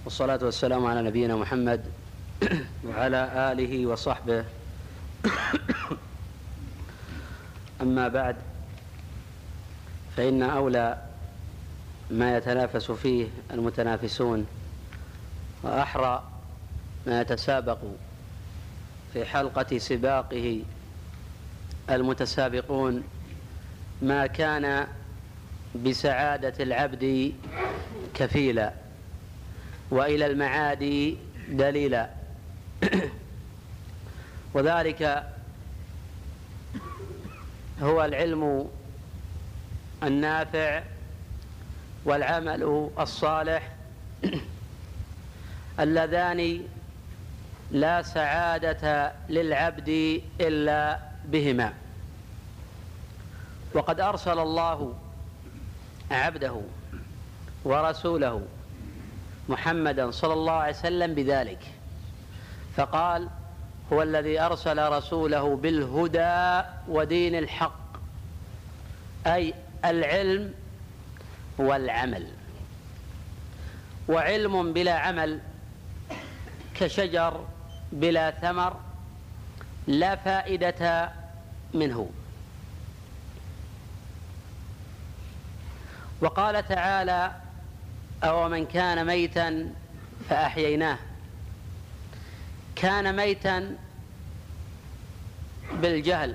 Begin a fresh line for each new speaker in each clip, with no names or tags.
والصلاة والسلام على نبينا محمد وعلى آله وصحبه. أما بعد، فإن أولى ما يتنافس فيه المتنافسون وأحرى ما يتسابق في حلقة سباقه المتسابقون ما كان بسعادة العبد كفيلا وإلى المعاد دليلا، وذلك هو العلم النافع والعمل الصالح اللذان لا سعادة للعبد إلا بهما. وقد أرسل الله عبده ورسوله محمدا صلى الله عليه وسلم بذلك، فقال: هو الذي أرسل رسوله بالهدى ودين الحق، أي العلم والعمل. وعلم بلا عمل كشجر بلا ثمر لا فائدة منه. وقال تعالى: أو من كان ميتا فأحييناه. كان ميتا بالجهل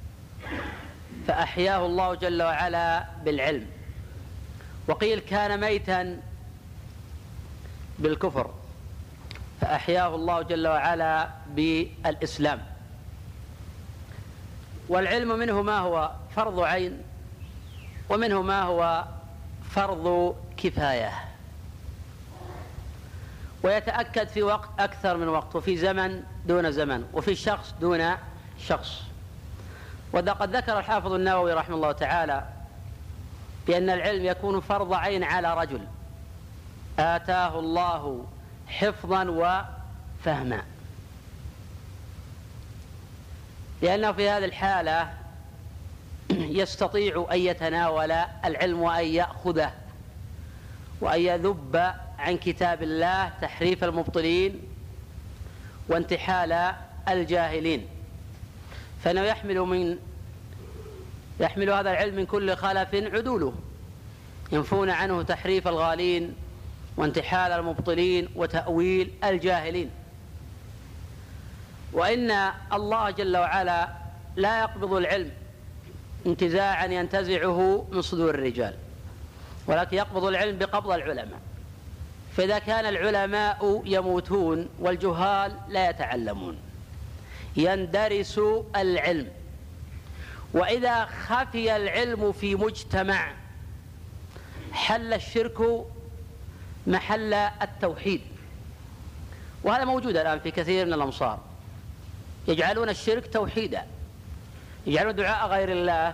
فأحياه الله جل وعلا بالعلم، وقيل كان ميتا بالكفر فأحياه الله جل وعلا بالإسلام. والعلم منه ما هو فرض عين ومنه ما هو فرض كفاية، ويتأكد في وقت أكثر من وقت، وفي زمن دون زمن، وفي شخص دون شخص. وقد ذكر الحافظ النووي رحمه الله تعالى بأن العلم يكون فرض عين على رجل آتاه الله حفظا وفهما، لأنه في هذه الحالة يستطيع أن يتناول العلم وأن يأخذه وأن يذب عن كتاب الله تحريف المبطلين وانتحال الجاهلين، فإنه يحمل هذا العلم من كل خلف عدوله، ينفون عنه تحريف الغالين وانتحال المبطلين وتأويل الجاهلين. وإن الله جل وعلا لا يقبض العلم انتزاعا ينتزعه من صدور الرجال، ولكن يقبض العلم بقبض العلماء. فإذا كان العلماء يموتون والجهال لا يتعلمون يندرس العلم. وإذا خفي العلم في مجتمع حل الشرك محل التوحيد، وهذا موجود الآن في كثير من الأمصار، يجعلون الشرك توحيدا، يجعلون دعاء غير الله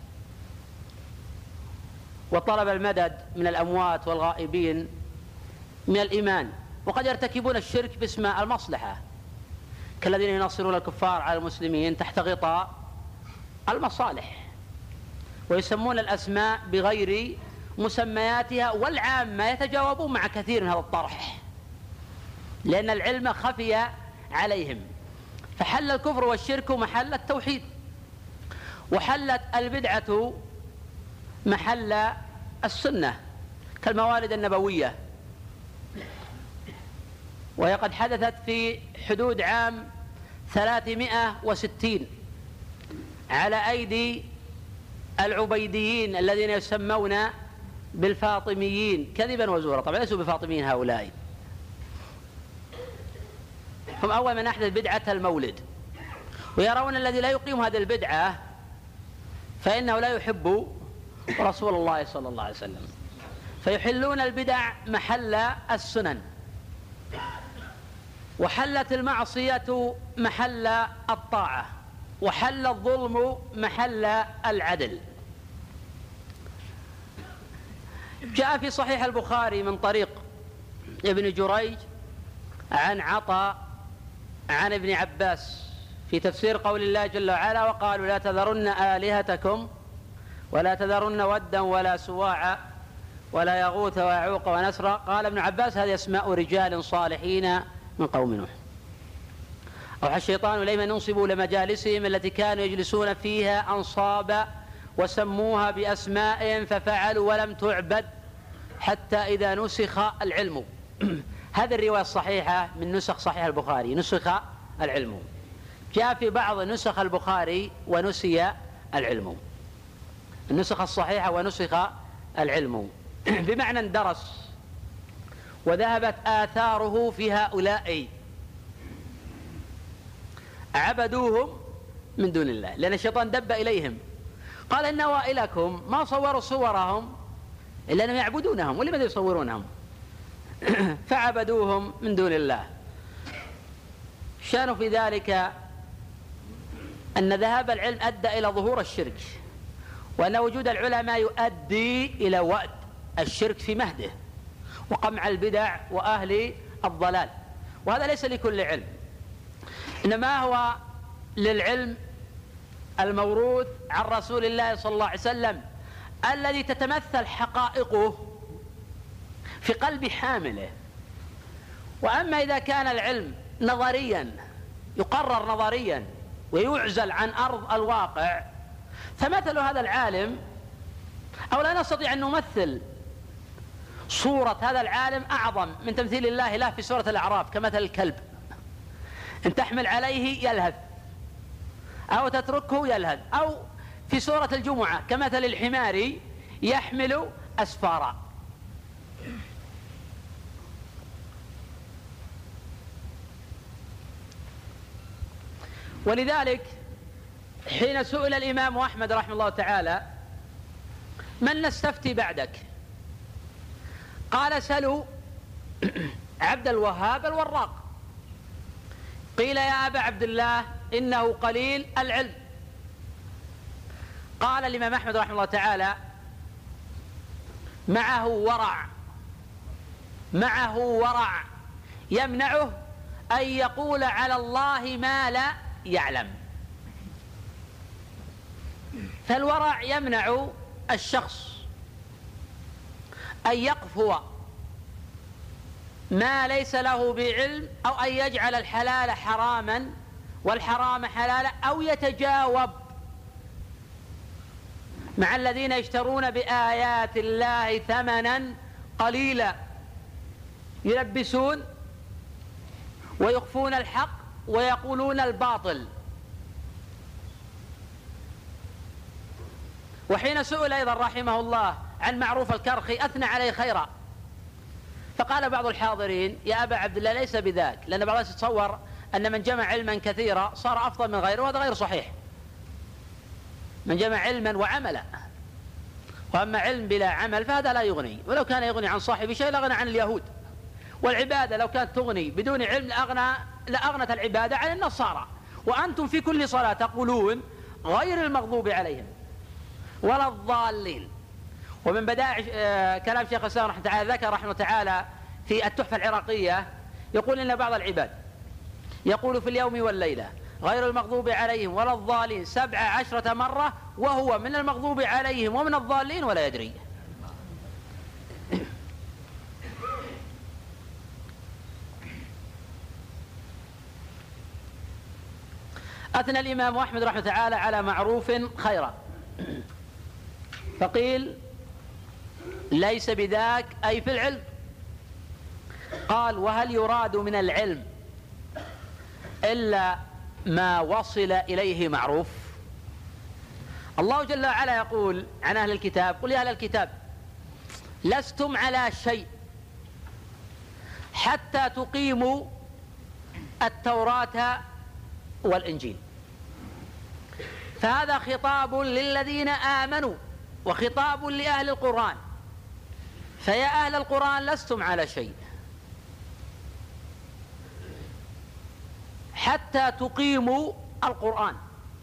وطلب المدد من الأموات والغائبين من الإيمان، وقد يرتكبون الشرك باسم المصلحة، كالذين ينصرون الكفار على المسلمين تحت غطاء المصالح، ويسمون الأسماء بغير مسمياتها، والعامة يتجاوبون مع كثير من هذا الطرح لأن العلم خفي عليهم. فحل الكفر والشرك محل التوحيد، وحلت البدعة محل السنة كالموالد النبوية، وهي قد حدثت في حدود عام 360 على أيدي العبيديين الذين يسمون بالفاطميين كذبا وزورا. طبعا ليسوا بفاطميين هؤلاء، هم أول من أحدث بدعة المولد، ويرون الذي لا يقيم هذه البدعة فإنه لا يحب رسول الله صلى الله عليه وسلم، فيحلون البدع محل السنن، وحلت المعصية محل الطاعة، وحل الظلم محل العدل. جاء في صحيح البخاري من طريق ابن جريج عن عطاء عن ابن عباس في تفسير قول الله جل وعلا: وقالوا لا تذرن آلهتكم ولا تذرن ودا ولا سواعا ولا يغوث ويعوق ونسر. قال ابن عباس هذه أسماء رجال صالحين من قوم نوح. أوحى الشيطان إليهم أن ينصبوا لمجالسهم التي كانوا يجلسون فيها أنصابا وسموها بأسماء ففعلوا ولم تعبد حتى إذا نسخ العلم. هذه الرواية الصحيحة من نسخ صحيح البخاري، نسخ العلم. جاء في بعض نسخ البخاري ونسي العلم، النسخ الصحيحة ونسخ العلم، بمعنى اندرس وذهبت آثاره في هؤلاء عبدوهم من دون الله، لأن الشيطان دب إليهم قال إن أوائلكم ما صوروا صورهم إلا أنهم يعبدونهم ولماذا يصورونهم فعبدوهم من دون الله. شانوا في ذلك أن ذهاب العلم أدى إلى ظهور الشرك، وأن وجود العلماء يؤدي إلى وأد الشرك في مهده وقمع البدع وأهل الضلال. وهذا ليس لكل علم، إنما هو للعلم الموروث عن رسول الله صلى الله عليه وسلم الذي تتمثل حقائقه في قلب حامله. وأما إذا كان العلم نظريا يقرر نظريا ويعزل عن أرض الواقع، فمثل هذا العالم، أو لا نستطيع أن نمثل صورة هذا العالم أعظم من تمثيل الله له في سورة الأعراف كمثل الكلب، إن تحمل عليه يلهث أو تتركه يلهث، أو في سورة الجمعة كمثل الحمار يحمل أسفارا. ولذلك حين سئل الإمام أحمد رحمه الله تعالى من نستفتي بعدك، قال سلوا عبد الوهاب الوراق. قيل يا أبا عبد الله إنه قليل العلم. قال الإمام أحمد رحمه الله تعالى معه ورع يمنعه أن يقول على الله ما لا يعلم. فالورع يمنع الشخص أن يقفو ما ليس له بعلم، أو أن يجعل الحلال حراما والحرام حلالا، أو يتجاوب مع الذين يشترون بآيات الله ثمنا قليلا يلبسون ويخفون الحق ويقولون الباطل. وحين سئل أيضا رحمه الله عن معروف الكرخي أثنى عليه خيرا، فقال بعض الحاضرين يا أبا عبد الله ليس بذاك، لأن بعض الناس يتصور أن من جمع علما كثيرا صار أفضل من غيره، وهذا غير صحيح. من جمع علما وعملا، وأما علم بلا عمل فهذا لا يغني، ولو كان يغني عن صاحب شيء لغنى عن اليهود. والعبادة لو كانت تغني بدون علم لأغنت العبادة عن النصارى. وأنتم في كل صلاة تقولون غير المغضوب عليهم ولا الضالين. ومن بدائع كلام شيخ الإسلام رحمه تعالى ذكر رحمه تعالى في التحفة العراقية، يقول إن بعض العباد يقول في اليوم والليلة غير المغضوب عليهم ولا الضالين 17 مرة، وهو من المغضوب عليهم ومن الضالين ولا يدري. أثنى الإمام أحمد رحمه تعالى على معروف خيرا، فقيل ليس بذاك أي في العلم. قال وهل يراد من العلم إلا ما وصل إليه معروف؟ الله جل وعلا يقول عن أهل الكتاب قل يا أهل الكتاب لستم على شيء حتى تقيموا التوراة والإنجيل. فهذا خطاب للذين آمنوا وخطاب لأهل القرآن. فيا أهل القرآن لستم على شيء حتى تقيموا القرآن.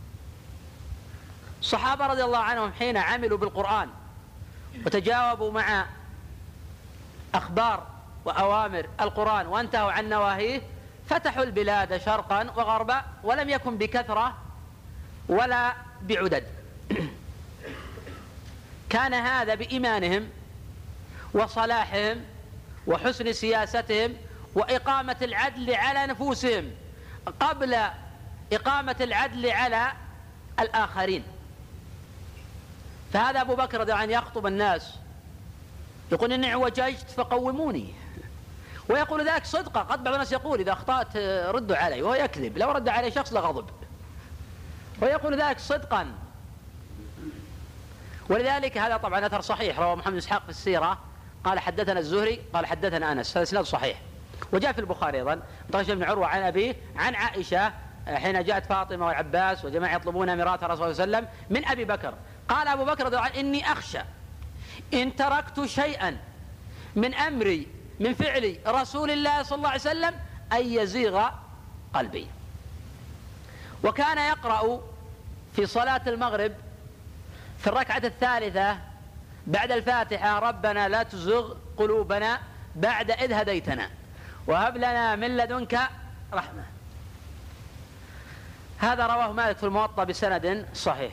الصحابة رضي الله عنهم حين عملوا بالقرآن وتجاوبوا مع أخبار وأوامر القرآن وانتهوا عن نواهيه، فتحوا البلاد شرقا وغربا، ولم يكن بكثرة ولا بعدد. كان هذا بإيمانهم وصلاحهم وحسن سياستهم وإقامة العدل على نفوسهم قبل إقامة العدل على الآخرين. فهذا أبو بكر رضي الله عنه يخطب الناس يقول إني اعوججت فقوموني، ويقول ذلك صدقا. قد بعض الناس يقول إذا أخطأت ردوا علي، وهو يكذب، لو رد عليه شخص لغضب، ويقول ذلك صدقا. ولذلك هذا طبعا أثر صحيح رواه محمد بن إسحاق في السيرة قال حدثنا الزهري قال حدثنا أنس، هذا إسناد صحيح. وجاء في البخاري أيضا طرش بن عروة عن أبيه عن عائشة حين جاءت فاطمة والعباس وجماعة يطلبون ميراث رسول الله صلى الله عليه وسلم من أبي بكر، قال أبو بكر رضي الله عنه إني أخشى إن تركت شيئا من أمري من فعل رسول الله صلى الله عليه وسلم أن يزيغ قلبي. وكان يقرأ في صلاة المغرب في الركعة الثالثة بعد الفاتحة ربنا لا تزغ قلوبنا بعد إذ هديتنا وهب لنا من لدنك رحمة. هذا رواه مالك في الموطأ بسند صحيح.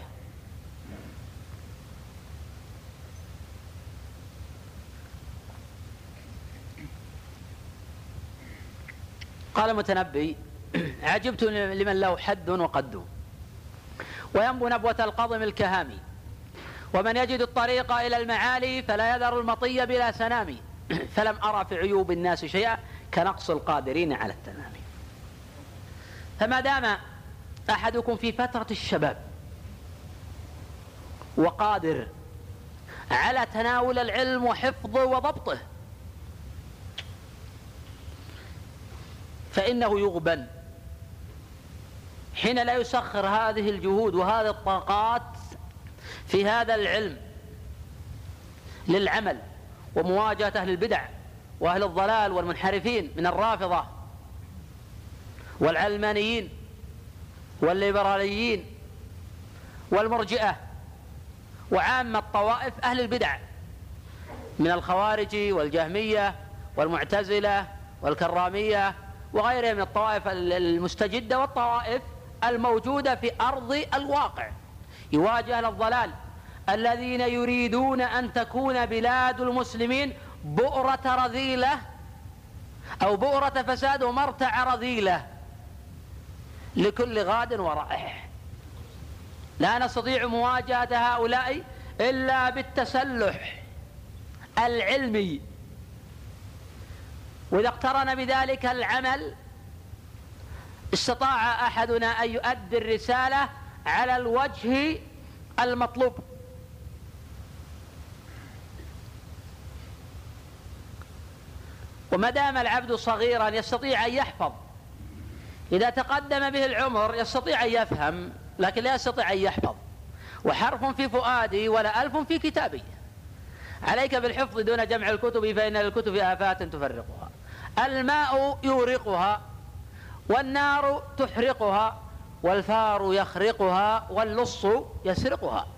قال المتنبي عجبت لمن له حد وقد وينبو نبوة القضم الكهامي، ومن يجد الطريق إلى المعالي فلا يذر المطي بلا سنام، فلم أرى في عيوب الناس شيئا كنقص القادرين على التمام. فما دام أحدكم في فترة الشباب وقادر على تناول العلم وحفظه وضبطه فإنه يغبن حين لا يسخر هذه الجهود وهذه الطاقات في هذا العلم للعمل ومواجهة أهل البدع وأهل الضلال والمنحرفين من الرافضة والعلمانيين والليبراليين والمرجئة وعامة طوائف أهل البدع من الخوارج والجهمية والمعتزلة والكرامية وغيرها من الطوائف المستجدة والطوائف الموجودة في أرض الواقع. يواجه أهل الضلال الذين يريدون أن تكون بلاد المسلمين بؤرة رذيلة أو بؤرة فساد ومرتع رذيلة لكل غاد ورائح. لا نستطيع مواجهة هؤلاء إلا بالتسلح العلمي، وإذا اقترن بذلك العمل استطاع أحدنا أن يؤدي الرسالة على الوجه المطلوب. وما دام العبد صغيرا يستطيع أن يحفظ، إذا تقدم به العمر يستطيع أن يفهم لكن لا يستطيع أن يحفظ. وحرف في فؤادي ولا ألف في كتابي. عليك بالحفظ دون جمع الكتب فإن للكتب آفات تفرقها. الماء يورقها والنار تحرقها والفار يخرقها واللص يسرقها.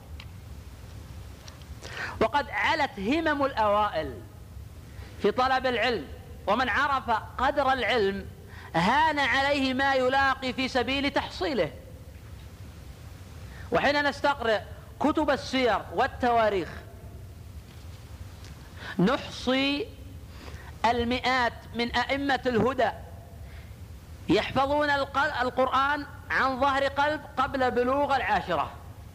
وقد علت همم الأوائل في طلب العلم، ومن عرف قدر العلم هان عليه ما يلاقي في سبيل تحصيله. وحين نستقرأ كتب السير والتواريخ نحصي المئات من أئمة الهدى يحفظون القرآن عن ظهر قلب قبل بلوغ العاشرة.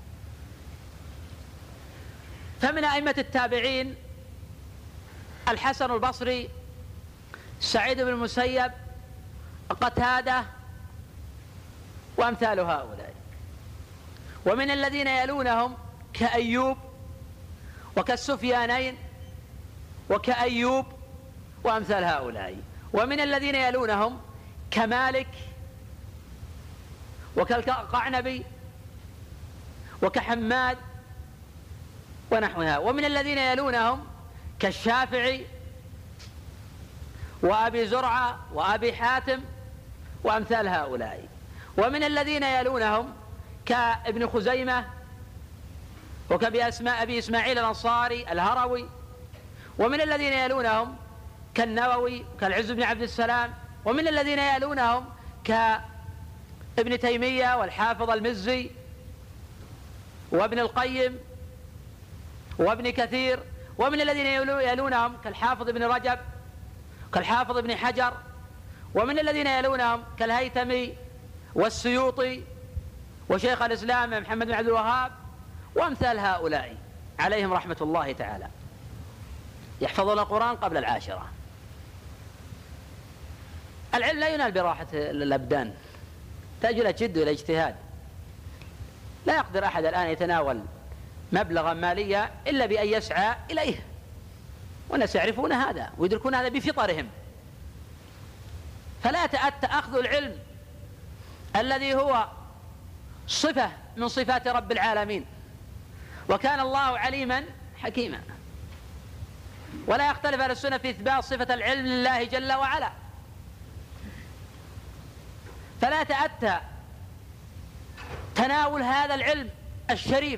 فمن أئمة التابعين الحسن البصري، سعيد بن المسيب، قتادة وأمثال هؤلاء. ومن الذين يلونهم كأيوب وكالسفيانين وكأيوب وأمثال هؤلاء. ومن الذين يلونهم كمالك وكالقعنبي وكحماد ونحوها. ومن الذين يلونهم كالشافعي وأبي زرعة وأبي حاتم وأمثال هؤلاء. ومن الذين يلونهم كابن خزيمة وكأبي إسماعيل الأنصاري الهروي. ومن الذين يلونهم كالنووي كالعز بن عبد السلام. ومن الذين يلونهم كابن تيمية والحافظ المزي وابن القيم وابن كثير ومن الذين يلونهم كالحافظ ابن رجب كالحافظ ابن حجر، ومن الذين يلونهم كالهيثمي والسيوطي وشيخ الإسلام محمد بن عبد الوهاب وامثال هؤلاء عليهم رحمة الله تعالى، يحفظون القرآن قبل العاشرة. العلم لا ينال براحة الأبدان، تحتاج إلى جد وإلى اجتهاد. لا يقدر أحد الآن يتناول مبلغا ماليا إلا بأن يسعى إليه، والناس يعرفون هذا ويدركون هذا بفطرهم. فلا يتأتى أخذ العلم الذي هو صفة من صفات رب العالمين، وكان الله عليما حكيما. ولا يختلف أهل السنة في إثبات صفة العلم لله جل وعلا. فلا يتأتى تناول هذا العلم الشريف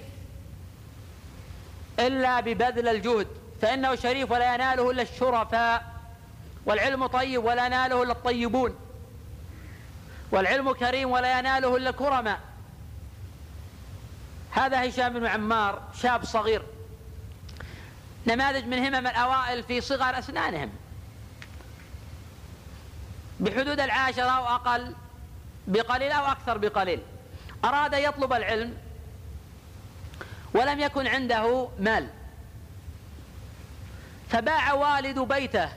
إلا ببذل الجهد، فإنه شريف ولا يناله إلا الشرفاء، والعلم طيب ولا يناله إلا الطيبون، والعلم كريم ولا يناله إلا الكرماء. هذا هشام بن عمار شاب صغير، نماذج من همم الأوائل في صغر أسنانهم، بحدود 10 أو أقل بقليل أو أكثر بقليل، أراد يطلب العلم ولم يكن عنده مال، فباع والد بيته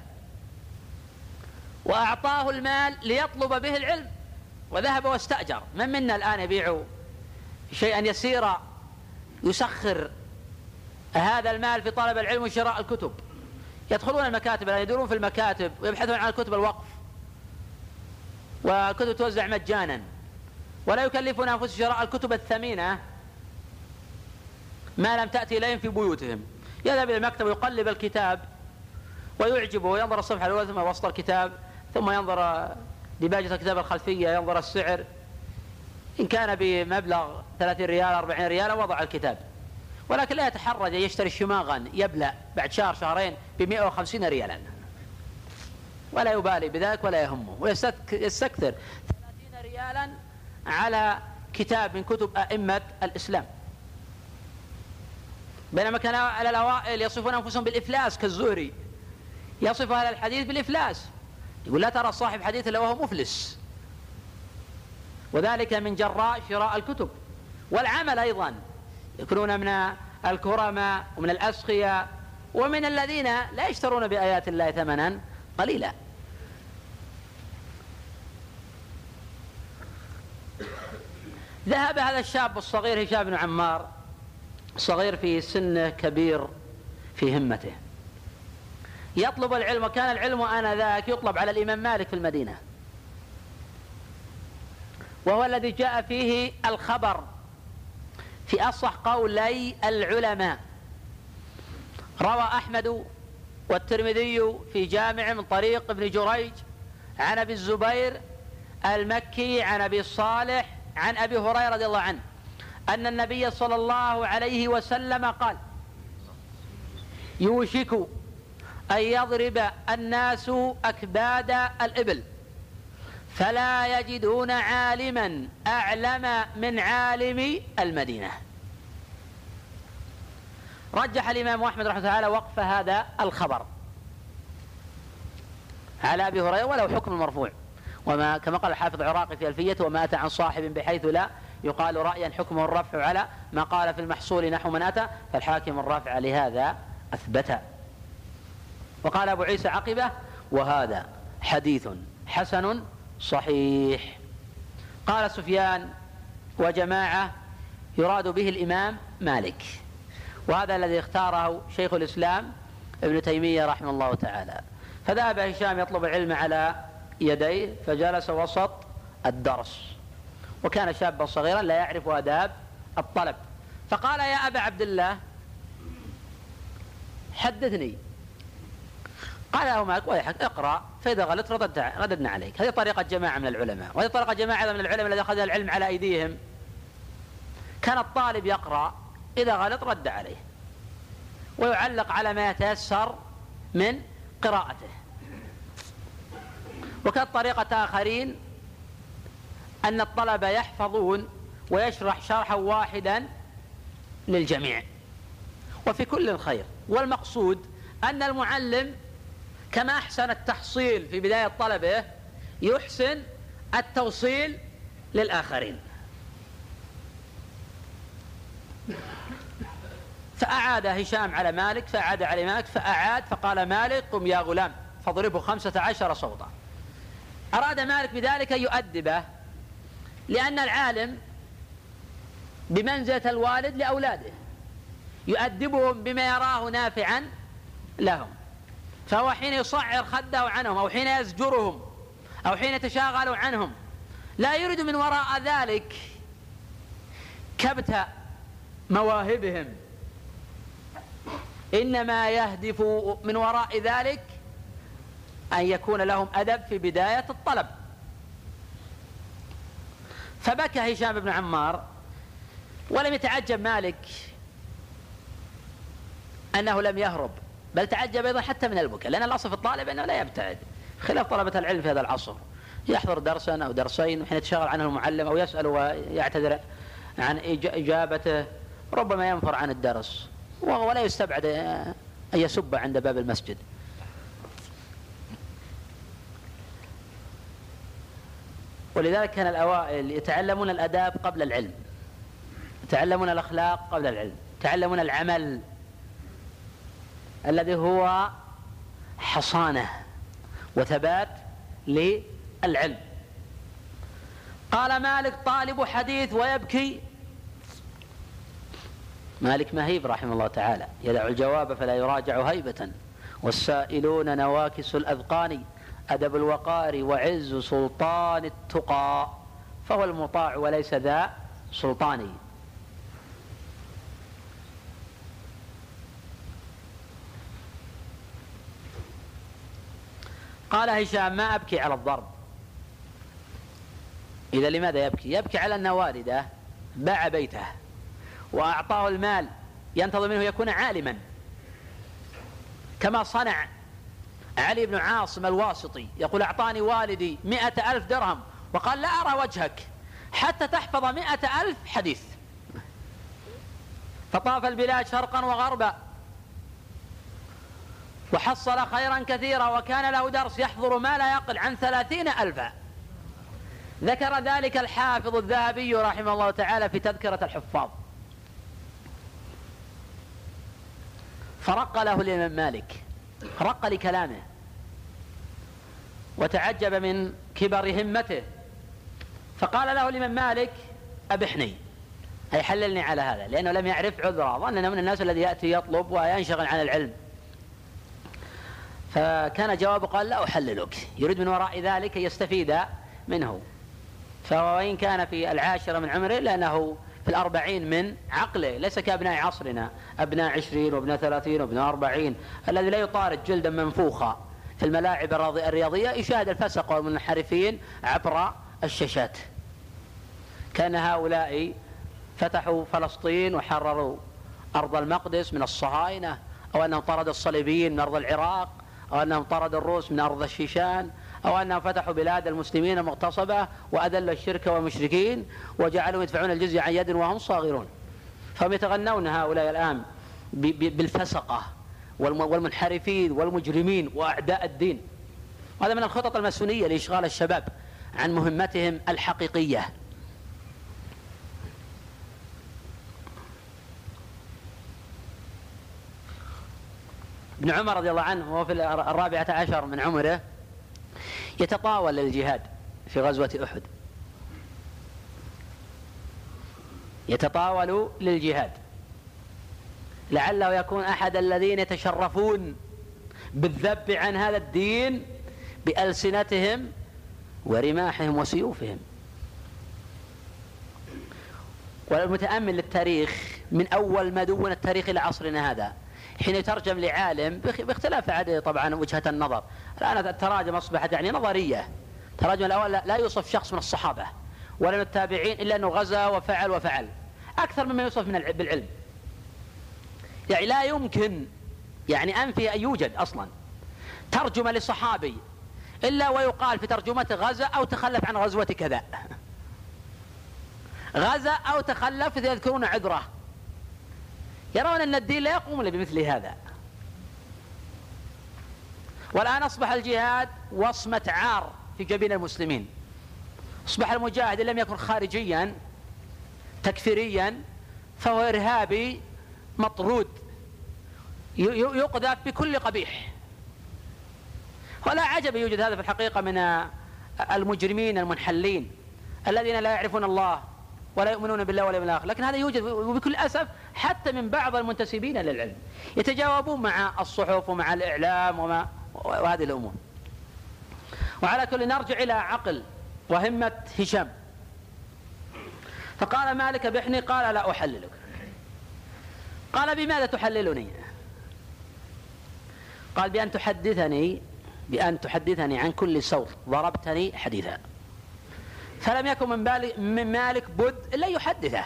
وأعطاه المال ليطلب به العلم، وذهب واستأجر. من منا الآن يبيع شيئا يسيرا يسخر هذا المال في طلب العلم وشراء الكتب؟ يدخلون المكاتب، يدورون في المكاتب ويبحثون عن كتب الوقف، وكتب توزع مجانا، ولا يكلفون أنفسهم شراء الكتب الثمينة ما لم تأتي إليهم في بيوتهم. يذهب إلى المكتب ويقلب الكتاب ويعجبه، ينظر الصفحة الأولى ثم وسط الكتاب، ثم ينظر ديباجة الكتاب الخلفية، ينظر السعر، إن كان بمبلغ 30 ريال 40 ريال وضع الكتاب، ولكن لا يتحرج أن يشتري شماغا يبلع بعد شهر شهرين ب150 ريالا، ولا يبالي بذلك ولا يهمه، ويستكثر 30 ريالا على كتاب من كتب أئمة الإسلام. بينما كان على الأوائل يصفون أنفسهم بالإفلاس كالزهري، يصف أهل الحديث بالإفلاس، يقول لا ترى صاحب حديث إلا وهو مفلس، وذلك من جراء شراء الكتب والعمل أيضا. يكونون من الكرماء ومن الأسخياء ومن الذين لا يشترون بآيات الله ثمنا قليلا. ذهب هذا الشاب الصغير هشام بن عمار، صغير في سنه كبير في همته، يطلب العلم، وكان العلم آنذاك يطلب على الإمام مالك في المدينة، وهو الذي جاء فيه الخبر في أصح قولي العلماء. روى أحمد والترمذي في جامع من طريق ابن جريج عن أبي الزبير المكي عن أبي الصالح عن أبي هريرة رضي الله عنه أن النبي صلى الله عليه وسلم قال: يوشك أن يضرب الناس أكباد الإبل فلا يجدون عالما أعلم من عالم المدينة. رجح الإمام أحمد رحمه الله تعالى وقف هذا الخبر على أبي هريرة ولو حكم المرفوع، وما كما قال الحافظ العراقي في ألفيته: وما أتى عن صاحب بحيث لا يقال رأيا حكمه الرفع على ما قال في المحصول نحو من أتى، فالحاكم الرفع لهذا أثبت. وقال أبو عيسى عقبه: وهذا حديث حسن صحيح. قال سفيان وجماعة يراد به الإمام مالك، وهذا الذي اختاره شيخ الإسلام ابن تيمية رحمه الله تعالى. فذهب هشام يطلب العلم على يديه، فجلس وسط الدرس، وكان شابا صغيرا لا يعرف آداب الطلب، فقال: يا أبا عبد الله حدثني. قال له مالك: ويحك اقرأ فإذا غلط رددنا عليك. هذه طريقة جماعة من العلماء، وهذه طريقة جماعة من العلماء الذين أخذوا العلم على أيديهم. كان الطالب يقرأ، إذا غلط رد عليه ويعلق على ما يتيسر من قراءته. وكانت طريقة آخرين أن الطلبة يحفظون ويشرح شرحا واحدا للجميع، وفي كل خير. والمقصود أن المعلم كما أحسن التحصيل في بداية طلبه يحسن التوصيل للآخرين. فأعاد هشام على مالك، فأعاد على مالك، فأعاد، فقال مالك قم يا غلام فاضربه 15 صوتا. أراد مالك بذلك أن يؤدبه، لأن العالم بمنزلة الوالد لأولاده، يؤدبهم بما يراه نافعا لهم. فهو حين يصعر خده عنهم أو حين يزجرهم أو حين يتشاغل عنهم لا يريد من وراء ذلك كبت مواهبهم، إنما يهدف من وراء ذلك أن يكون لهم أدب في بداية الطلب. فبكى هشام بن عمار، ولم يتعجب مالك أنه لم يهرب، بل تعجب أيضا حتى من البكاء، لأن الأصل في الطالب أنه لا يبتعد، خلاف طلبة العلم في هذا العصر، يحضر درسا أو درسين وحين يتشاغل عنه المعلم أو يسأل ويعتذر عن إجابته ربما ينفر عن الدرس، ولا يستبعد أن يسب عند باب المسجد. ولذلك كان الأوائل يتعلمون الأداب قبل العلم، يتعلمون الأخلاق قبل العلم، يتعلمون العمل الذي هو حصانة وثبات للعلم. قال مالك طالب حديث ويبكي. مالك مهيب رحمه الله تعالى، يدع الجواب فلا يراجع هيبة، والسائلون نواكس الأذقان، أدب الوقار وعز سلطان التقى، فهو المطاع وليس ذا سلطاني. قال هشام ما أبكي على الضرب. إذا لماذا يبكي؟ يبكي على أن والده باع بيته وأعطاه المال ينتظر منه يكون عالما، كما صنع علي بن عاصم الواسطي، يقول أعطاني والدي 100,000 درهم وقال لا أرى وجهك حتى تحفظ 100,000 حديث، فطاف البلاد شرقا وغربا وحصل خيرا كثيرا، وكان له درس يحضر ما لا يقل عن 30,000. ذكر ذلك الحافظ الذهبي رحمه الله تعالى في تذكرة الحفاظ. فرق له الإمام مالك، رق لكلامه وتعجب من كبر همته، فقال له الإمام مالك أبحني، أي حللني على هذا، لأنه لم يعرف عذره، ظن أنه من الناس الذي يأتي يطلب وينشغل عن العلم. فكان جوابه قال لا أحللك، يريد من وراء ذلك يستفيد منه. فوإن كان في 10 من عمره لأنه في 40 من عقله، ليس كأبناء عصرنا أبناء 20 وابناء 30 وابناء 40 الذي لا يطارد جلدا منفوخا في الملاعب الرياضية يشاهد الفسق والمنحرفين عبر الشاشات. كان هؤلاء فتحوا فلسطين وحرروا أرض المقدس من الصهاينة، أو أنهم طردوا الصليبيين من أرض العراق، أو أنهم طردوا الروس من أرض الشيشان، أو أنهم فتحوا بلاد المسلمين المغتصبة وأذلوا الشرك والمشركين وجعلوا يدفعون الجزية عن يد وهم صاغرون. فهم يتغنون هؤلاء الآن بالفسقة والمنحرفين والمجرمين وأعداء الدين. هذا من الخطط الماسونية لإشغال الشباب عن مهمتهم الحقيقية. ابن عمر رضي الله عنه وهو في 14 من عمره يتطاول للجهاد في غزوة أحد، يتطاول للجهاد لعله يكون أحد الذين يتشرفون بالذب عن هذا الدين بألسنتهم ورماحهم وسيوفهم. والمتأمل للتاريخ من أول ما دون التاريخ إلى عصرنا هذا، حين يترجم لعالم باختلاف عدد طبعا وجهة النظر، الآن التراجم أصبحت يعني نظرية. التراجم الأول لا يوصف شخص من الصحابة ولا من التابعين إلا أنه غزا وفعل أكثر مما يوصف بالعلم. يعني لا يمكن يعني أنفي أن يوجد أصلا ترجمة لصحابي إلا ويقال في ترجمته غزا أو تخلف عن غزوة كذا، غزا أو تخلف يذكرون عذره. يرون أن الدين لا يقوم إلا بمثل هذا. والآن أصبح الجهاد وصمة عار في جبين المسلمين. أصبح المجاهد إن لم يكن خارجيا تكفيريا فهو إرهابي مطرود يقذف بكل قبيح. ولا عجب يوجد هذا في الحقيقة من المجرمين المنحلين الذين لا يعرفون الله ولا يؤمنون بالله ولا بالآخرة، لكن هذا يوجد وبكل أسف حتى من بعض المنتسبين للعلم، يتجاوبون مع الصحف ومع الإعلام وهذه الأمور. وعلى كل نرجع إلى عقل وهمة هشام. فقال مالك بحني، قال لا أحللك. قال بماذا تحللني؟ قال بأن تحدثني عن كل صوت ضربتني حديثا. فلم يكن من مالك بد إلا يحدثه،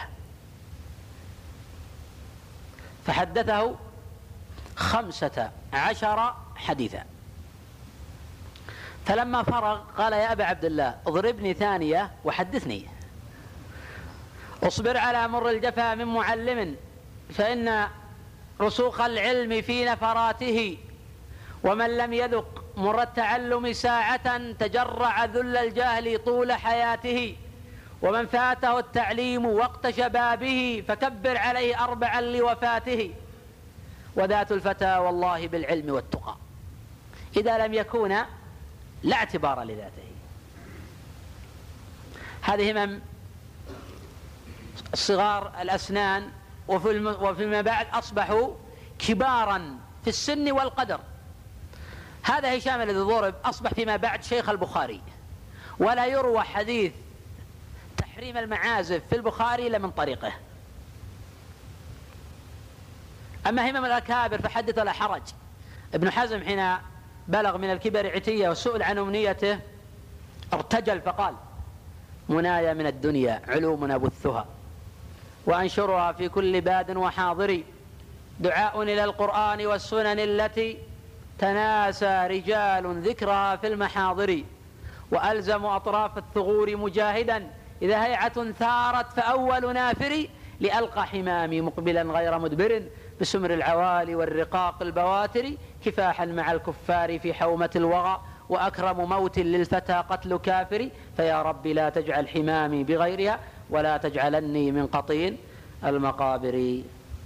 فحدثه 15 حديثا. فلما فرغ قال يا أبا عبد الله اضربني ثانية وحدثني. اصبر على مر الجفا من معلم، فإن رسوخ العلم في نفراته، ومن لم يذق مر التعلم ساعة تجرع ذل الجهل طول حياته، ومن فاته التعليم وقت شبابه فكبر عليه 4 لوفاته، وذات الفتى والله بالعلم والتقى إذا لم يكون لا اعتبار لذاته. هذه همم صغار الأسنان، وفيما بعد أصبحوا كبارا في السن والقدر. هذا هشام الذي ضرب أصبح فيما بعد شيخ البخاري، ولا يروى حديث تحريم المعازف في البخاري إلا من طريقه. أما همم الأكابر فحدث ولا حرج. ابن حزم حين بلغ من الكبر عتية وسئل عن أمنيته ارتجل فقال منايا من الدنيا علوم أبثها وأنشرها في كل باد وحاضر، دعاء إلى القرآن والسنن التي تناسى رجال ذكرها في المحاضر، وألزم أطراف الثغور مجاهدا إذا هيعة ثارت فأول نافر، لألقى حمامي مقبلا غير مدبر بسمر العوالي والرقاق البواتر، كفاحا مع الكفار في حومة الوغى، وأكرم موت للفتى قتل كافر، فيا رب لا تجعل حمامي بغيرها ولا تجعلني من قطين المقابر.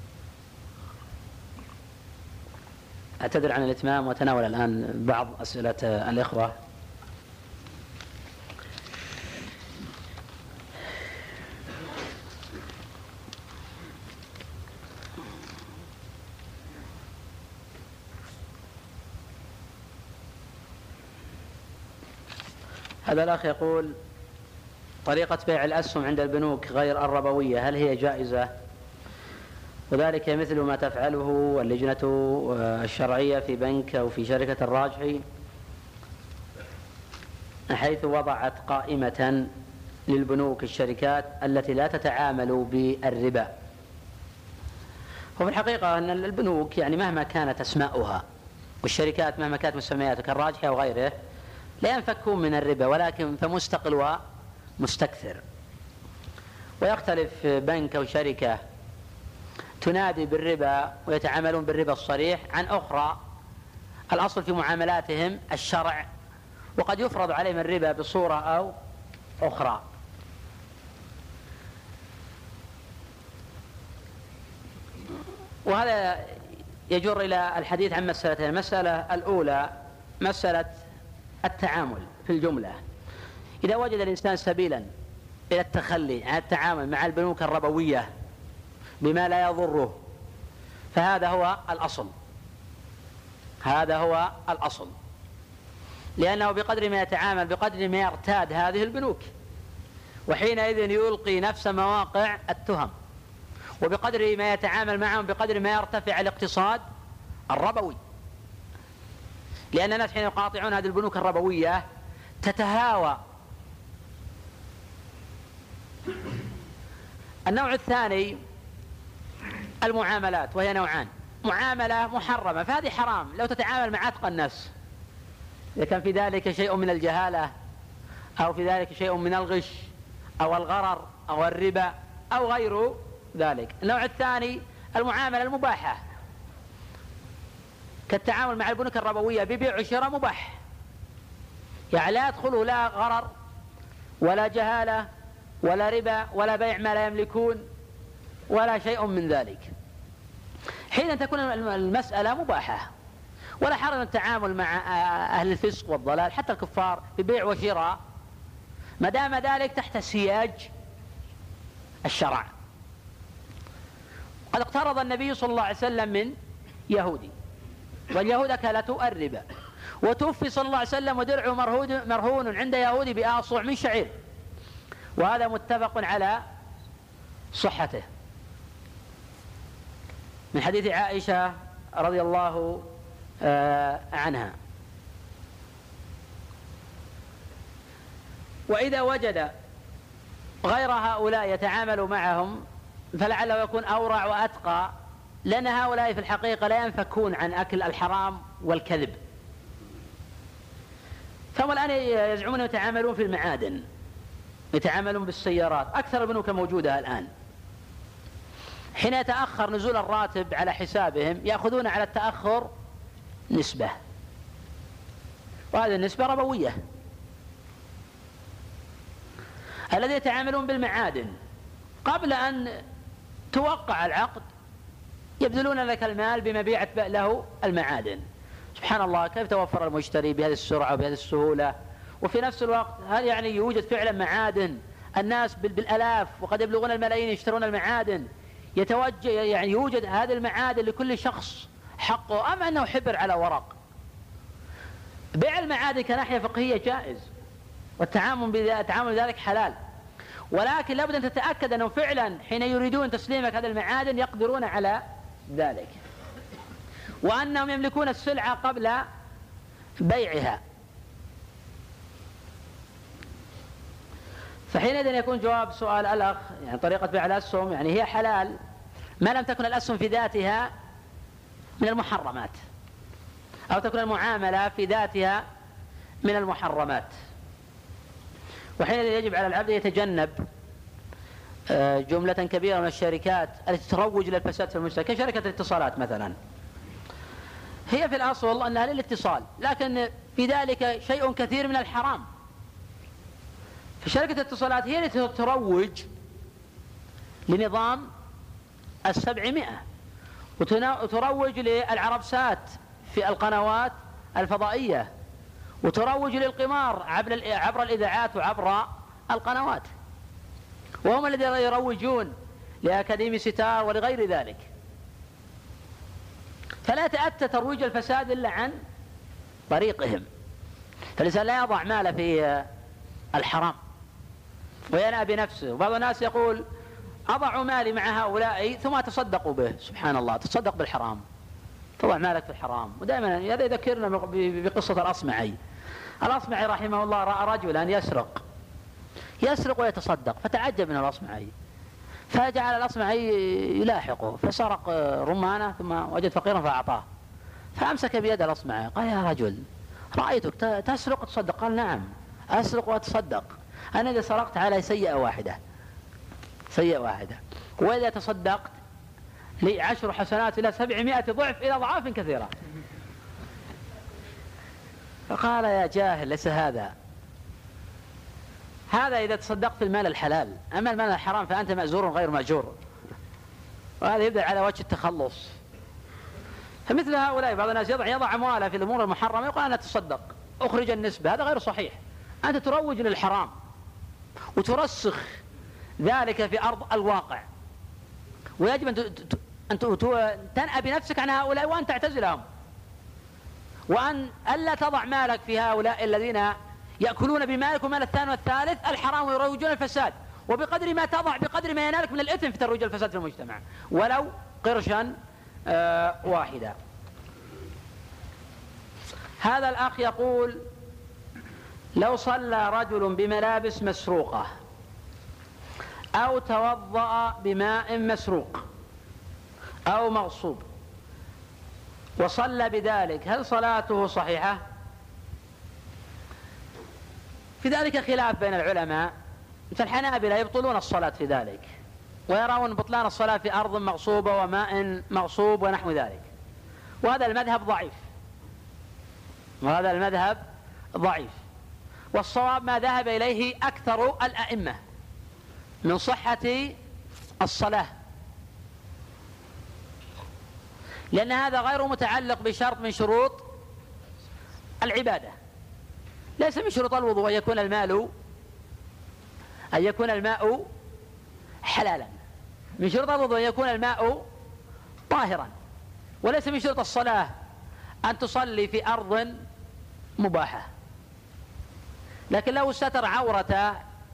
أعتذر عن الإتمام وتناول الآن بعض أسئلة الإخوة. هذا الأخ يقول طريقة بيع الأسهم عند البنوك غير الربوية هل هي جائزة؟ وذلك مثل ما تفعله اللجنة الشرعية في بنك أو في شركة الراجحي، حيث وضعت قائمة للبنوك الشركات التي لا تتعامل بالربا. وفي الحقيقة أن البنوك يعني مهما كانت أسماؤها والشركات مهما كانت مسمياتها كالراجحي أو غيره لا ينفكون من الربا، ولكن فمستقل ومستكثر. ويختلف بنك أو شركة تنادي بالربا ويتعاملون بالربا الصريح عن أخرى الأصل في معاملاتهم الشرع، وقد يفرض عليهم الربا بصورة أو أخرى. وهذا يجر إلى الحديث عن مسألتين. المسألة الأولى مسألة التعامل في الجملة. إذا وجد الإنسان سبيلا إلى التخلي عن التعامل مع البنوك الربوية بما لا يضره فهذا هو الأصل، هذا هو الأصل، لأنه بقدر ما يتعامل بقدر ما يرتاد هذه البنوك، وحينئذ يلقي نفس مواقع التهم، وبقدر ما يتعامل معهم بقدر ما يرتفع الاقتصاد الربوي. لأن الناس حين يقاطعون هذه البنوك الربوية تتهاوى. النوع الثاني المعاملات، وهي نوعان: معاملة محرمة فهذه حرام لو تتعامل مع أتقى الناس، إذا كان في ذلك شيء من الجهالة أو في ذلك شيء من الغش أو الغرر أو الربا أو غير ذلك. النوع الثاني المعاملة المباحة كالتعامل مع البنوك الربوية ببيع وشراء مباح، يعني لا يدخله لا غرر ولا جهالة ولا ربا ولا بيع ما لا يملكون ولا شيء من ذلك، حين تكون المسألة مباحة. ولا حرم التعامل مع أهل الفسق والضلال حتى الكفار ببيع وشراء ما دام ذلك تحت سياج الشرع. قد اقترض النبي صلى الله عليه وسلم من يهودي، واليهود أكلته الربا، وتوفي صلى الله عليه وسلم ودرعه مرهون عند يهودي بأصع من شعير، وهذا متفق على صحته من حديث عائشة رضي الله عنها. وإذا وجد غير هؤلاء يتعامل معهم فلعله يكون أورع وأتقى، لأن هؤلاء في الحقيقة لا ينفكون عن أكل الحرام والكذب. فهم الآن يزعمون يتعاملون في المعادن، يتعاملون بالسيارات، أكثر البنوك موجودة الآن. حين يتأخر نزول الراتب على حسابهم يأخذون على التأخر نسبة، وهذه النسبة ربوية. الذين يتعاملون بالمعادن قبل أن توقع العقد يبذلون لك المال بمبيعة له المعادن. سبحان الله، كيف توفر المشتري بهذه السرعة وبهذه السهولة، وفي نفس الوقت هل يعني يوجد فعلا معادن الناس بالآلاف وقد يبلغون الملايين يشترون المعادن، يتوجه يعني يوجد هذه المعادن لكل شخص حقه، أم أنه حبر على ورق؟ بيع المعادن كناحية فقهية جائز، والتعامل بذلك حلال، ولكن لابد أن تتأكد أنه فعلا حين يريدون تسليمك هذه المعادن يقدرون على ذلك، وأنهم يملكون السلعة قبل بيعها. فحينئذ يكون جواب سؤال الأخ يعني طريقة بيع الأسهم يعني هي حلال ما لم تكن الأسهم في ذاتها من المحرمات، أو تكون المعاملة في ذاتها من المحرمات. وحينئذ يجب على العبد يتجنب جملة كبيرة من الشركات التي تروج للفساد في المجتمع، كشركة الاتصالات مثلا. هي في الأصل أنها للاتصال، لكن في ذلك شيء كثير من الحرام. فشركة الاتصالات هي التي تروج لنظام 700، وتروج للعربسات في القنوات الفضائية، وتروج للقمار عبر الإذاعات وعبر القنوات، وهم الذين يروجون لأكاديمي ستار ولغير ذلك. فلا يتأتى ترويج الفساد إلا عن طريقهم. فالإنسان لا يضع ماله في الحرام وينأى بنفسه. وبعض الناس يقول أضع مالي مع هؤلاء ثم أتصدق به. سبحان الله، تصدق بالحرام، تضع مالك في الحرام. ودائما هذا يذكرنا بقصة الأصمعي. الأصمعي رحمه الله رأى رجلا يسرق ويتصدق، فتعجب من الأصمعي، فجعل الأصمعي يلاحقه، فسرق رمانة ثم وجد فقيرا فأعطاه، فأمسك بيد الأصمعي قال: يا رجل، رأيتك تسرق وتصدق. قال: نعم، أسرق وأتصدق. أنا إذا سرقت على سيئة واحدة، وإذا تصدقت لي 10 حسنات إلى 700 ضعف إلى أضعاف كثيرة. فقال: يا جاهل، ليس هذا إذا تصدقت في المال الحلال، أما المال الحرام فأنت مأزور غير مأجور. وهذا يبدأ على وجه التخلص. فمثل هؤلاء بعض الناس يضع أمواله في الأمور المحرمة، يقول: أنا أتصدق، أخرج النسبة. هذا غير صحيح. أنت تروج للحرام وترسخ ذلك في أرض الواقع، ويجب أن تنأى بنفسك عن هؤلاء وأن تعتزلهم، وأن ألا تضع مالك في هؤلاء الذين يأكلون بمالك ومال الثاني والثالث الحرام ويروجون الفساد. وبقدر ما تضع بقدر ما ينالك من الإثم في ترويج الفساد في المجتمع، ولو قرشا واحدا. هذا الأخ يقول: لو صلى رجل بملابس مسروقة أو توضأ بماء مسروق أو مغصوب وصلى بذلك، هل صلاته صحيحة؟ في ذلك خلاف بين العلماء، فالحنابلة يبطلون الصلاة في ذلك، ويرون بطلان الصلاة في أرض مغصوبة وماء مغصوب ونحو ذلك، وهذا المذهب ضعيف، والصواب ما ذهب إليه أكثر الأئمة من صحة الصلاة، لأن هذا غير متعلق بشرط من شروط العبادة، ليس من شروط الوضوء أن يكون الماء حلالا، من شروط الوضوء أن يكون الماء طاهرا، وليس من شروط الصلاة أن تصلي في أرض مباحة. لكن لو ستر عورته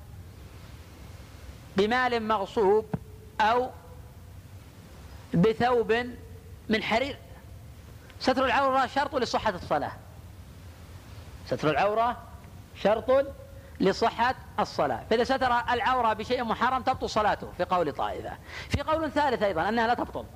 بمال مغصوب أو بثوب من حرير، ستر العورة شرط لصحة الصلاة، ستر العورة شرط لصحة الصلاة، فإذا ستر العورة بشيء محرم تبطل صلاته في قول طائفة. في قول ثالث أيضا أنها لا تبطل،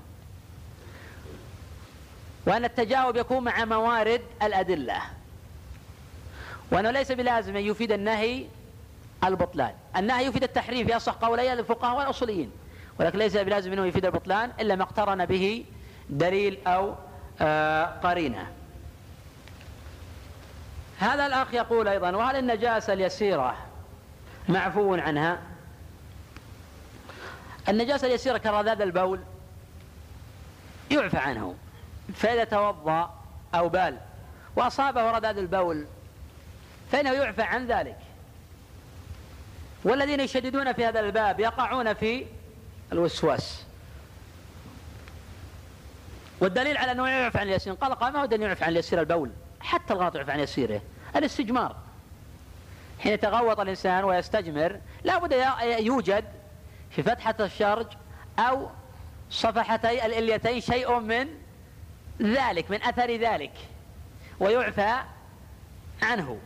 وأن التجاوب يكون مع موارد الأدلة، وأنه ليس بلازم أن يفيد النهي البطلان، النهي يفيد التحريم في أصح قولي الفقهاء والأصوليين، ولكن ليس بلازم أنه يفيد البطلان إلا ما اقترن به دليل أو قرينة. هذا الأخ يقول أيضا: وهل النجاسة اليسيرة معفو عنها؟ النجاسة اليسيرة كرذاذ البول يعفى عنه، فإذا توضأ أو بال وأصابه رذاذ البول فإنه يعفى عن ذلك. والذين يشددون في هذا الباب يقعون في الوسواس، والدليل على أنه يعفى عن اليسير قال ما هو دليل يعفى عن اليسير البول، حتى الغلط يعفى عن يسيره. الاستجمار حين يتغوط الإنسان ويستجمر لا بد يوجد في فتحة الشرج أو صفحتي الإليتين شيء من ذلك، من أثر ذلك، ويعفى عنه.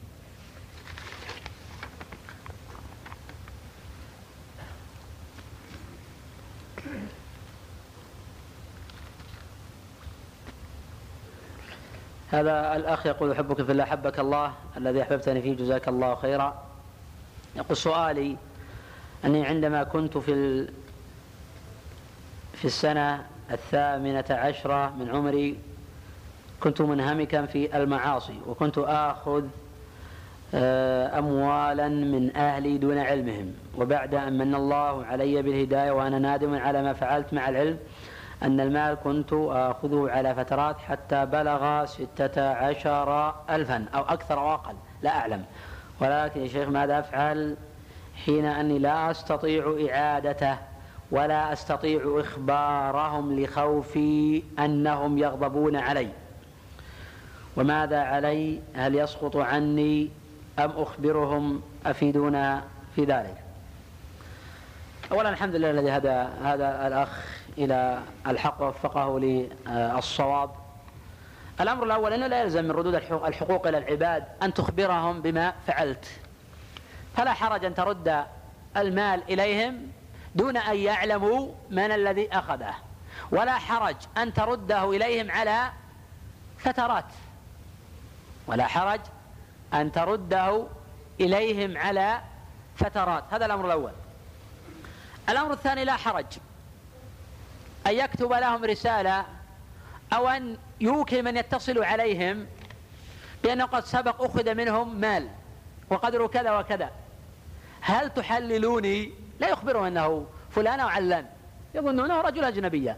هذا الأخ يقول: أحبك في الله، حبك الله الذي أحببتني فيه، جزاك الله خيرا. يقول: سؤالي أني عندما كنت في السنة 18 من عمري كنت منهمكا في المعاصي، وكنت آخذ أموالا من أهلي دون علمهم، وبعد أن من الله علي بالهداية وأنا نادم على ما فعلت، مع العلم أن المال كنت آخذه على فترات حتى بلغ 16,000 أو أكثر أو أقل لا أعلم. ولكن يا شيخ ماذا أفعل حين أني لا أستطيع إعادته ولا أستطيع إخبارهم لخوفي أنهم يغضبون علي؟ وماذا علي؟ هل يسقط عني أم أخبرهم؟ أفيدونا في ذلك. أولا الحمد لله الذي هدى هذا الأخ إلى الحق ووفقه للصواب. الأمر الأول أنه لا يلزم من ردود الحقوق إلى العباد أن تخبرهم بما فعلت، فلا حرج أن ترد المال إليهم دون أن يعلموا من الذي أخذه، ولا حرج أن ترده إليهم على فترات، ولا حرج أن ترده إليهم على فترات. هذا الأمر الأول. الأمر الثاني: لا حرج أن يكتب لهم رسالة أو أن يوكل من يتصل عليهم بأنه قد سبق أخذ منهم مال وقدره كذا وكذا، هل تحللوني؟ لا يخبرهم أنه فلان أو علان، يظنونه رجل أجنبيا.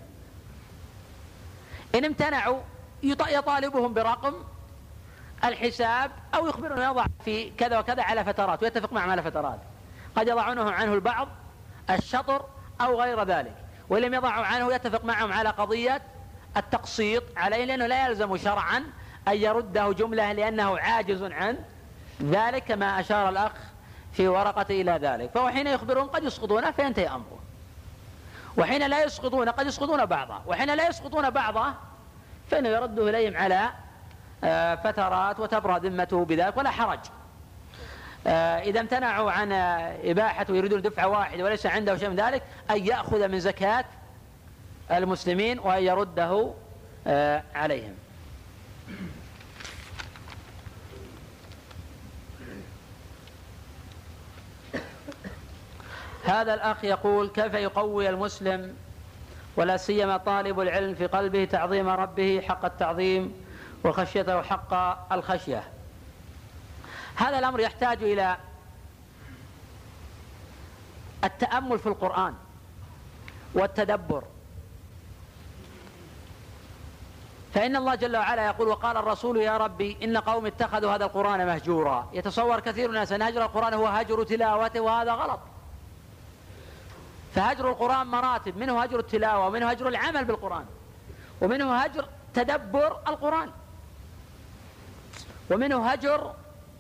إن امتنعوا يطالبهم برقم الحساب أو يخبرهم يضع في كذا وكذا على فترات، ويتفق معهم على فترات، قد يضعونه عنه البعض الشطر أو غير ذلك، ولم يضعوا عنه يتفق معهم على قضية التقسيط عليه، لأنه لا يلزم شرعا أن يرده جملة لأنه عاجز عن ذلك، كما أشار الأخ في ورقته إلى ذلك. فهو حين يخبرون قد يسقطونه فينتهي أمره، وحين لا يسقطون قد يسقطون بعضه، وحين لا يسقطون بعضه فإنه يرده إليهم على فترات وتبرأ ذمته بذلك، ولا حرج. إذا امتنعوا عن إباحته ويريدون دفعة واحدة وليس عنده شيء من ذلك، أن يأخذ من زكاة المسلمين وأن يرده عليهم. هذا الأخ يقول: كيف يقوي المسلم ولا سيما طالب العلم في قلبه تعظيم ربه حق التعظيم وخشيته حق الخشية؟ هذا الأمر يحتاج إلى التأمل في القرآن والتدبر. فإن الله جل وعلا يقول: وقال الرسول يا ربي إن قوم اتخذوا هذا القرآن مهجورا. يتصور كثير من الناس أن هجر القرآن هو هجر تلاوته، وهذا غلط. فهجر القرآن مراتب، منه هجر التلاوة، ومنه هجر العمل بالقرآن، ومنه هجر تدبر القرآن، ومنه هجر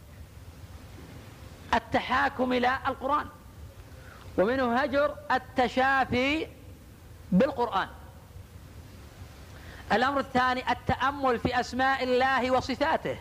التحاكم إلى القرآن، ومنه هجر التشافي بالقرآن. الأمر الثاني التأمل في أسماء الله وصفاته،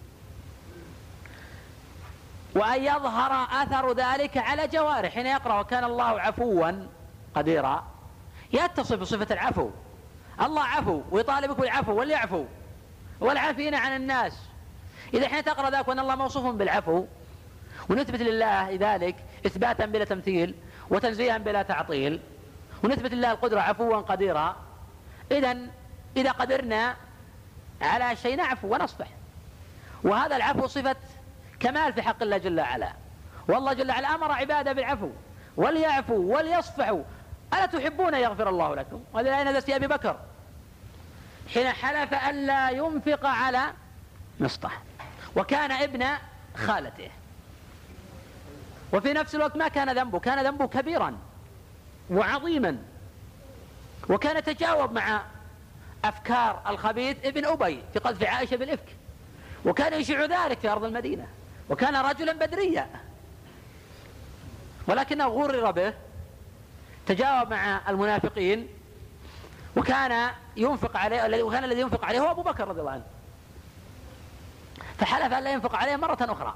وأن يظهر أثر ذلك على جوارح. حين يقرأ وكان الله عفوا قديرا يتصف بصفة العفو. الله عفو ويطالبك بالعفو، وليعفو والعافين عن الناس. إذا حين تقرأ ذلك وأن الله موصوف بالعفو، ونثبت لله ذلك إثباتا بلا تمثيل وتنزيها بلا تعطيل، ونثبت لله القدرة عفوا قديرا، إذا قدرنا على شيء نعفو ونصفح. وهذا العفو صفة كمال في حق الله جل وعلا. والله جل وعلا أمر عباده بالعفو وليعفوا وليصفحوا. ألا تحبون يغفر الله لكم؟ وهذه الآية نزلت في أبي بكر حين حلف ألا ينفق على مصطح، وكان ابن خالته، وفي نفس الوقت ما كان ذنبه، كان ذنبه كبيرا وعظيما، وكان يتجاوب مع أفكار الخبيث ابن أبي في قذف عائشة بالإفك، وكان يشيع ذلك في أرض المدينة، وكان رجلا بدريا، ولكنه غرر به، تجاوب مع المنافقين، وكان ينفق عليه، وكان الذي ينفق عليه هو أبو بكر رضي الله عنه، فحلف أن لا ينفق عليه مرة أخرى،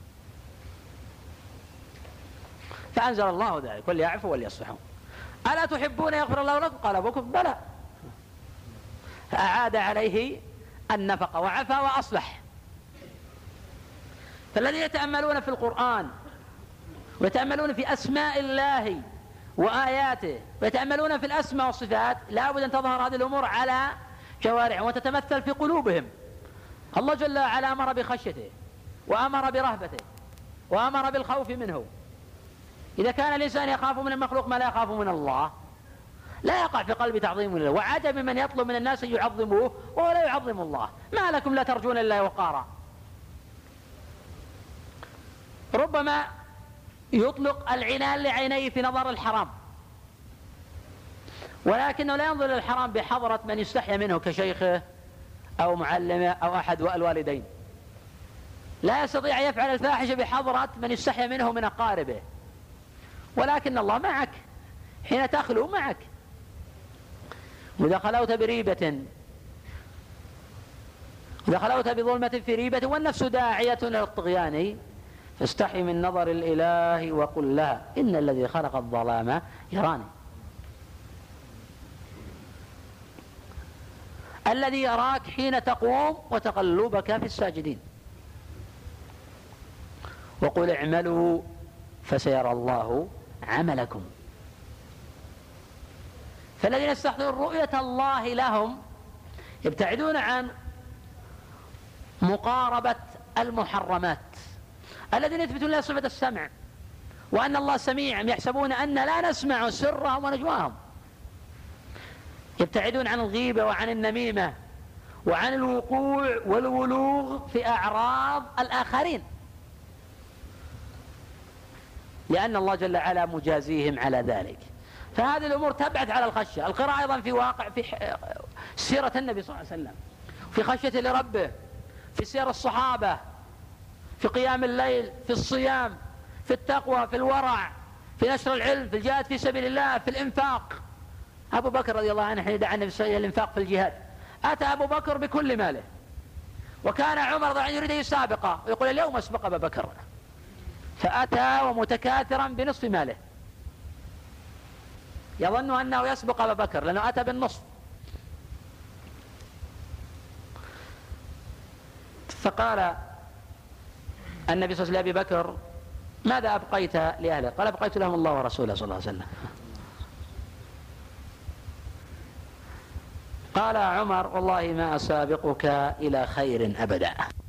فأنزل الله ذلك: وليعفوا وليصفحوا. ألا تحبون يغفر الله لكم؟ قال أبو بكر: بلى. فأعاد عليه النفقة وعفا وأصلح. فالذين يتأملون في القرآن ويتأملون في أسماء الله وآياته ويتأملون في الأسماء والصفات لا بد أن تظهر هذه الأمور على جوارحهم وتتمثل في قلوبهم. الله جل وعلا أمر بخشيته وأمر برهبته وأمر بالخوف منه. إذا كان الإنسان يخاف من المخلوق ما لا يخاف من الله، لا يقع في قلبه تعظيم لله. وعجب من يطلب من الناس أن يعظموه وهو لا يعظم الله. ما لكم لا ترجون الله وقارا. ربما يطلق العنان لعينيه في نظر الحرام، ولكنه لا ينظر للحرام بحضرة من يستحي منه كشيخه أو معلمه أو أحد الوالدين. لا يستطيع أن يفعل الفاحشة بحضرة من يستحي منه من أقاربه، ولكن الله معك حين تخلو معك. وإذا خلوت بريبة، إذا خلوت بظلمة في ريبة والنفس داعية إلى الطغيان فاستحي من نظر الإله وقل لها إن الذي خلق الظلام يراني. الذي يراك حين تقوم وتقلبك في الساجدين. وقل اعملوا فسيرى الله عملكم. فالذين يستحضرون رؤية الله لهم يبتعدون عن مقاربة المحرمات. الذين يثبتون له صفة السمع وأن الله سميع يحسبون أن لا نسمع سرهم ونجواهم، يبتعدون عن الغيبة وعن النميمة وعن الوقوع والولوغ في أعراض الآخرين، لأن الله جل وعلا مجازيهم على ذلك. فهذه الأمور تبعث على الخشية. القراءة أيضا في واقع في سيرة النبي صلى الله عليه وسلم، في خشية لربه، في سير الصحابة، في قيام الليل، في الصيام، في التقوى، في الورع، في نشر العلم، في الجهاد في سبيل الله، في الإنفاق. أبو بكر رضي الله عنه حين دعا النبي صلى الله عليه وسلم الإنفاق في الجهاد أتى أبو بكر بكل ماله، وكان عمر رضي الله عنه يريد أن يسابقه ويقول اليوم أسبق أبا بكر، فأتى ومتكاثرا بنصف ماله يظن أنه يسبق أبا بكر لأنه أتى بالنصف. فقال النبي صلى الله عليه وسلم لأبي بكر ماذا أبقيت لأهله؟ قال أبقيت لهم الله ورسوله صلى الله عليه وسلم. قال عمر والله ما أسابقك إلى خير أبدا.